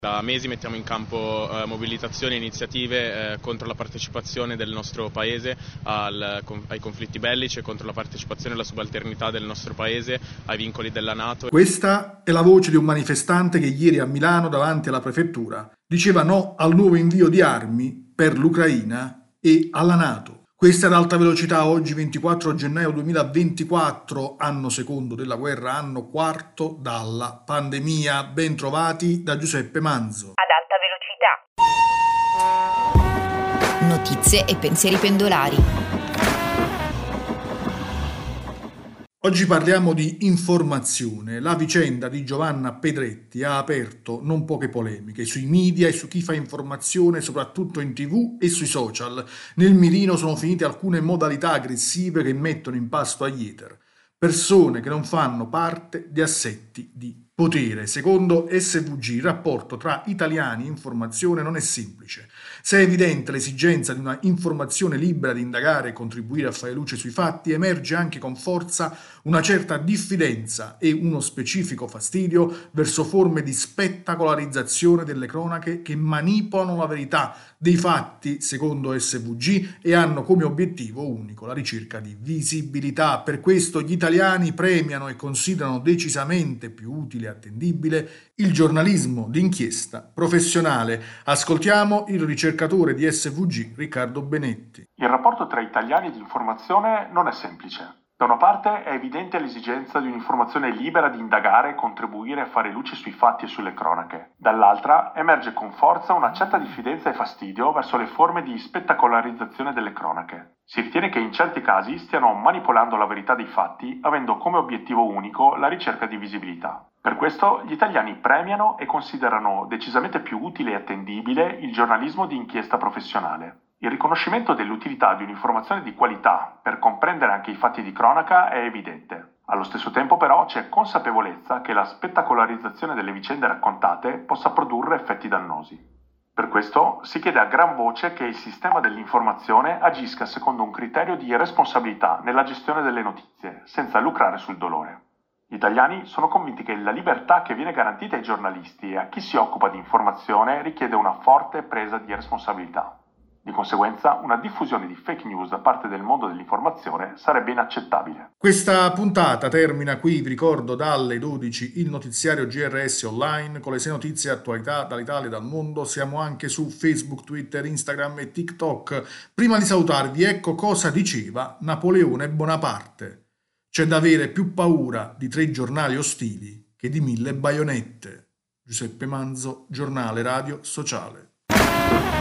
Da mesi mettiamo in campo mobilitazioni e iniziative contro la partecipazione del nostro Paese ai conflitti bellici e contro la partecipazione e la subalternità del nostro Paese ai vincoli della NATO. Questa è la voce di un manifestante che ieri a Milano, davanti alla prefettura, diceva no al nuovo invio di armi per l'Ucraina e alla NATO. Questa è ad alta velocità, oggi 24 gennaio 2024, anno secondo della guerra, anno quarto dalla pandemia. Ben trovati da Giuseppe Manzo. Ad alta velocità. Notizie e pensieri pendolari. Oggi parliamo di informazione. La vicenda di Giovanna Pedretti ha aperto non poche polemiche sui media e su chi fa informazione, soprattutto in TV e sui social. Nel mirino sono finite alcune modalità aggressive che mettono in pasto agli ether persone che non fanno parte di assetti di potere. Secondo SVG, il rapporto tra italiani e informazione non è semplice. Se è evidente l'esigenza di una informazione libera di indagare e contribuire a fare luce sui fatti, emerge anche con forza una certa diffidenza e uno specifico fastidio verso forme di spettacolarizzazione delle cronache che manipolano la verità dei fatti, secondo SVG, e hanno come obiettivo unico la ricerca di visibilità. Per questo gli italiani premiano e considerano decisamente più utile e attendibile il giornalismo d'inchiesta professionale. Ascoltiamo il ricercatore di SVG, Riccardo Benetti. Il rapporto tra italiani e informazione non è semplice. Da una parte è evidente l'esigenza di un'informazione libera di indagare e contribuire a fare luce sui fatti e sulle cronache. Dall'altra emerge con forza una certa diffidenza e fastidio verso le forme di spettacolarizzazione delle cronache. Si ritiene che in certi casi stiano manipolando la verità dei fatti, avendo come obiettivo unico la ricerca di visibilità. Per questo gli italiani premiano e considerano decisamente più utile e attendibile il giornalismo di inchiesta professionale. Il riconoscimento dell'utilità di un'informazione di qualità per comprendere anche i fatti di cronaca è evidente. Allo stesso tempo però c'è consapevolezza che la spettacolarizzazione delle vicende raccontate possa produrre effetti dannosi. Per questo si chiede a gran voce che il sistema dell'informazione agisca secondo un criterio di responsabilità nella gestione delle notizie, senza lucrare sul dolore. Gli italiani sono convinti che la libertà che viene garantita ai giornalisti e a chi si occupa di informazione richiede una forte presa di responsabilità. Di conseguenza, una diffusione di fake news da parte del mondo dell'informazione sarebbe inaccettabile. Questa puntata termina qui, vi ricordo, dalle 12 il notiziario GRS online con le 6 notizie e attualità dall'Italia e dal mondo. Siamo anche su Facebook, Twitter, Instagram e TikTok. Prima di salutarvi, ecco cosa diceva Napoleone Bonaparte. C'è da avere più paura di 3 giornali ostili che di 1000 baionette. Giuseppe Manzo, Giornale Radio Sociale.